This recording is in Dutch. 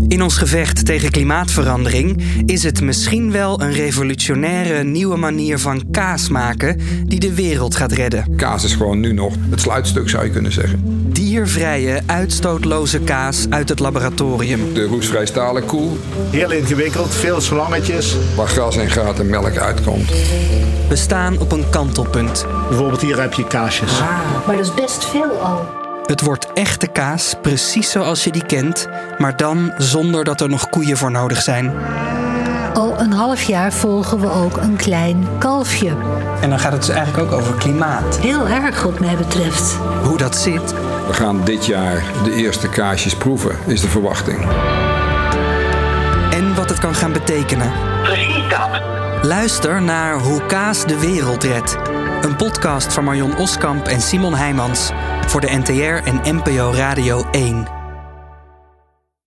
In ons gevecht tegen klimaatverandering is het misschien wel een revolutionaire nieuwe manier van kaas maken die de wereld gaat redden. Kaas is gewoon nu nog het sluitstuk, zou je kunnen zeggen. Diervrije, uitstootloze kaas uit het laboratorium. De roestvrij stalen koe. Heel ingewikkeld, veel slangetjes. Waar gras en gaten melk uitkomt. We staan op een kantelpunt. Bijvoorbeeld hier heb je kaasjes. Maar dat is best veel al. Het wordt echte kaas, precies zoals je die kent, maar dan zonder dat er nog koeien voor nodig zijn. Al een half jaar volgen we ook een klein kalfje. En dan gaat het dus eigenlijk ook over klimaat. Heel erg wat mij betreft. Hoe dat zit. We gaan dit jaar de eerste kaasjes proeven, is de verwachting. En wat het kan gaan betekenen. Precies dat. Luister naar Hoe kaas de wereld redt. Een podcast van Marion Oskamp en Simon Heijmans voor de NTR en NPO Radio 1.